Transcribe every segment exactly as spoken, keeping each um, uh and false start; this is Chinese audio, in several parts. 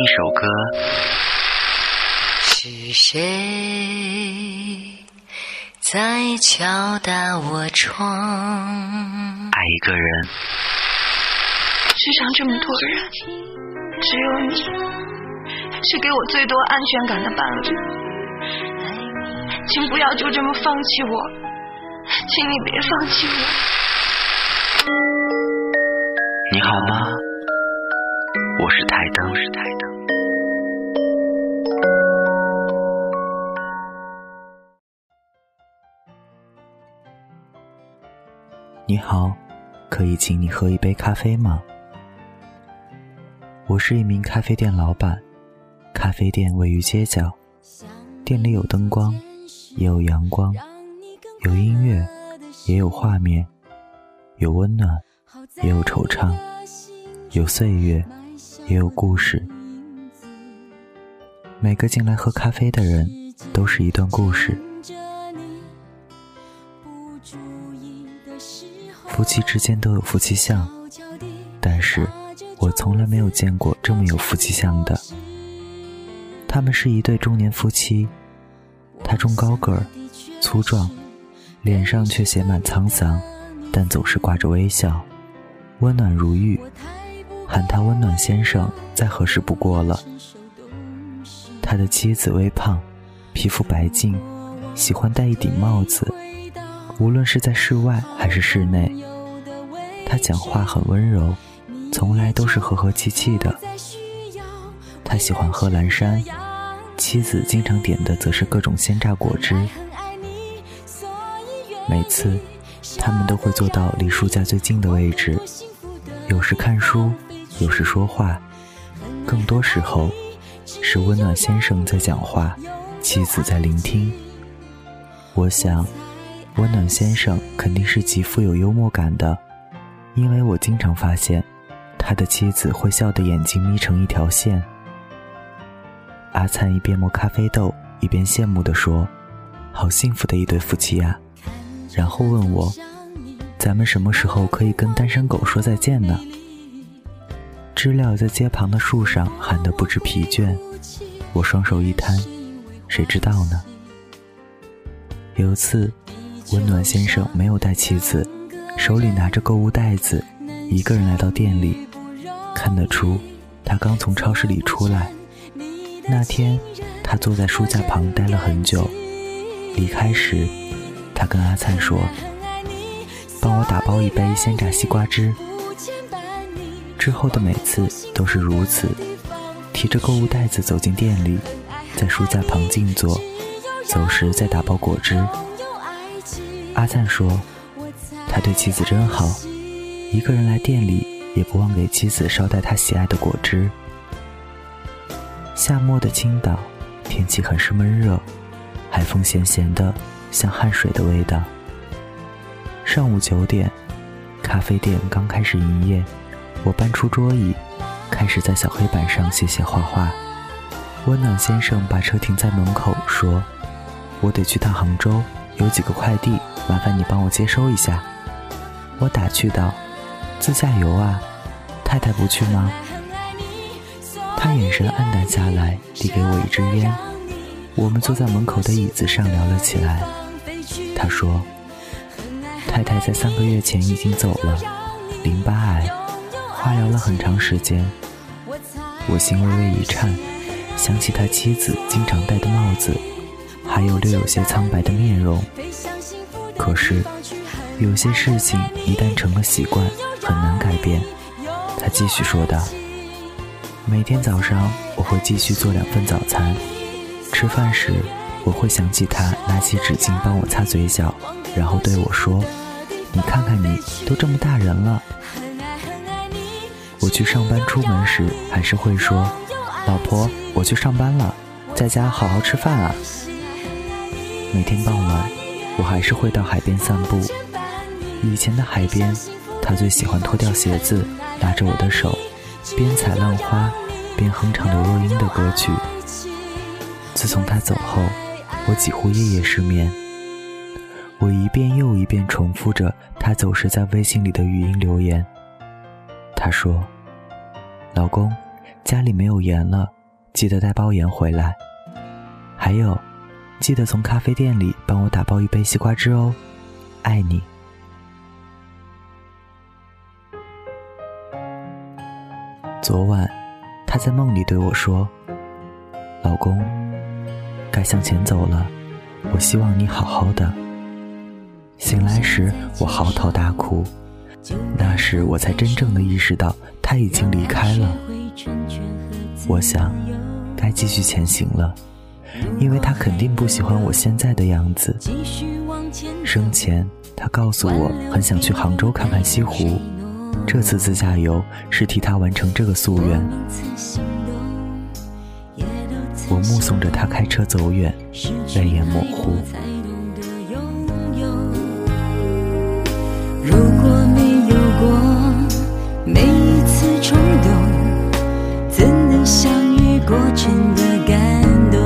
首歌。 是谁在敲打我窗？ 爱一个人， 世上这么多人，只有你是给我最多安全感的伴侣。请不要就这么放弃我，请你别放弃我。 你好吗？我是台灯，是台灯。 你好，可以请你喝一杯咖啡吗？我是一名咖啡店老板，咖啡店位于街角，店里有灯光，也有阳光，有音乐，也有画面，有温暖，也有惆怅，有岁月，也有故事。每个进来喝咖啡的人都是一段故事。夫妻之间都有夫妻相，但是我从来没有见过这么有夫妻相的。他们是一对中年夫妻，他中高个儿，粗壮，脸上却写满沧桑，但总是挂着微笑，温暖如玉，喊他温暖先生再合适不过了。他的妻子微胖，皮肤白净，喜欢戴一顶帽子，无论是在室外还是室内。他讲话很温柔，从来都是和和气气的。他喜欢喝蓝山，妻子经常点的则是各种鲜榨果汁。每次他们都会坐到离书架最近的位置，有时看书，有时说话，更多时候是温暖先生在讲话，妻子在聆听。我想温暖先生肯定是极富有幽默感的，因为我经常发现他的妻子会笑得眼睛眯成一条线。阿灿一边磨咖啡豆一边羡慕地说，好幸福的一对夫妻呀，然后问我，咱们什么时候可以跟单身狗说再见呢？知了在街旁的树上喊得不知疲倦，我双手一摊，谁知道呢？有次温暖先生没有带妻子，手里拿着购物袋子，一个人来到店里，看得出他刚从超市里出来。那天他坐在书架旁待了很久，离开时他跟阿灿说，帮我打包一杯鲜榨西瓜汁。之后的每次都是如此，提着购物袋子走进店里，在书架旁静坐，走时再打包果汁。阿灿说，他对妻子真好，一个人来店里也不忘给妻子捎带他喜爱的果汁。夏末的青岛，天气很是闷热，海风咸咸的，像汗水的味道。上午九点，咖啡店刚开始营业，我搬出桌椅，开始在小黑板上写写画画。温暖先生把车停在门口，说，我得去趟杭州，有几个快递，麻烦你帮我接收一下。我打趣道，自驾游啊，太太不去吗？他眼神黯淡下来，递给我一支烟。我们坐在门口的椅子上聊了起来。他说，太太在三个月前已经走了，淋巴癌，化疗了很长时间。我心微微一颤，想起他妻子经常戴的帽子，还有略有些苍白的面容。可是有些事情一旦成了习惯，很难改变。他继续说道，每天早上我会继续做两份早餐，吃饭时我会想起他拿起纸巾帮我擦嘴角，然后对我说，你看看你都这么大人了。我去上班出门时还是会说，老婆，我去上班了，在家好好吃饭啊。每天傍晚我还是会到海边散步，以前的海边他最喜欢脱掉鞋子，拉着我的手，边采浪花边哼唱刘若英的歌曲。自从他走后，我几乎夜夜失眠。我一遍又一遍重复着他走时在微信里的语音留言。他说，老公，家里没有盐了， 记得带包盐回来。还有，记得从咖啡店里帮我打包一杯西瓜汁哦，爱你。昨晚，他在梦里对我说：“老公，该向前走了，我希望你好好的。”醒来时，我嚎啕大哭，那时我才真正的意识到他已经离开了。我想，该继续前行了，因为他肯定不喜欢我现在的样子。生前，他告诉我很想去杭州看看西湖，这次自驾游是替他完成这个夙愿。我目送着他开车走远，泪眼模糊。 如果没有过每一次冲动，怎能相遇过程的感动？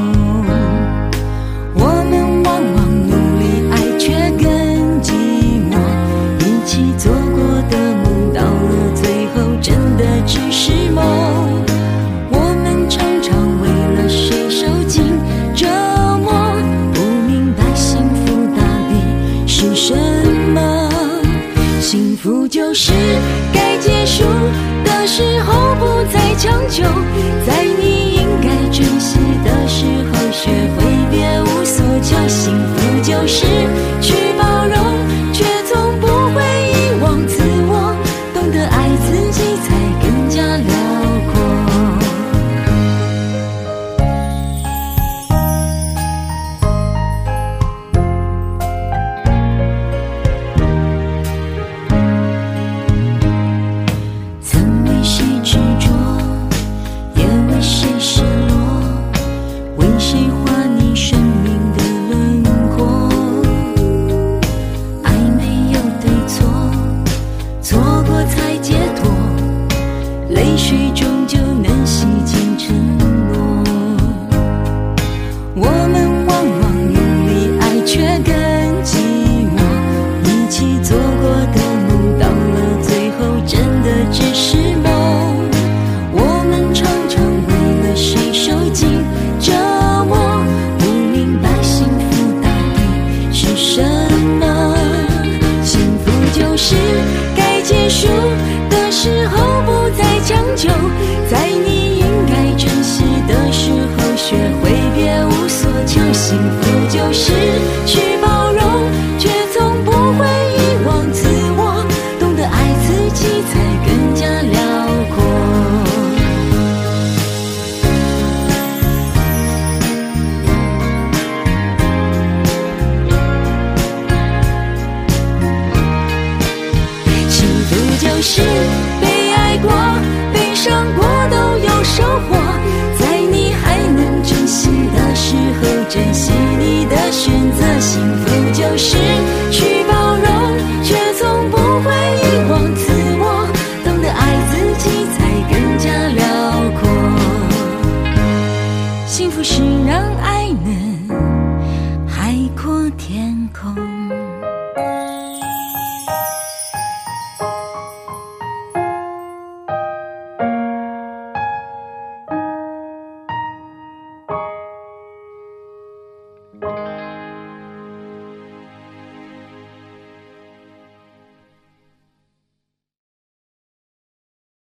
我们往往努力爱，却更寂寞。一起做过的梦，到了最后真的只是梦。我们常常为了谁受尽折磨，不明白幸福到底是什么。幸福就是该结束的时候不再强求，在你应该珍惜的时候学会别无所求。幸福就是去包容，却从不会遗忘自我，懂得爱自己才更加辽阔。泪水终究能洗净承诺，我们往往努力爱，却更寂寞。一起做过的梦，到了最后真的只是梦。我们常常为了谁受尽折磨，不明白幸福到底是什么。幸福就是该结束的时候不再强求，在你应该珍惜的时候学会别无所求。幸福就是去包容，却从不会遗忘自我，懂得爱自己才更加辽阔。幸福就是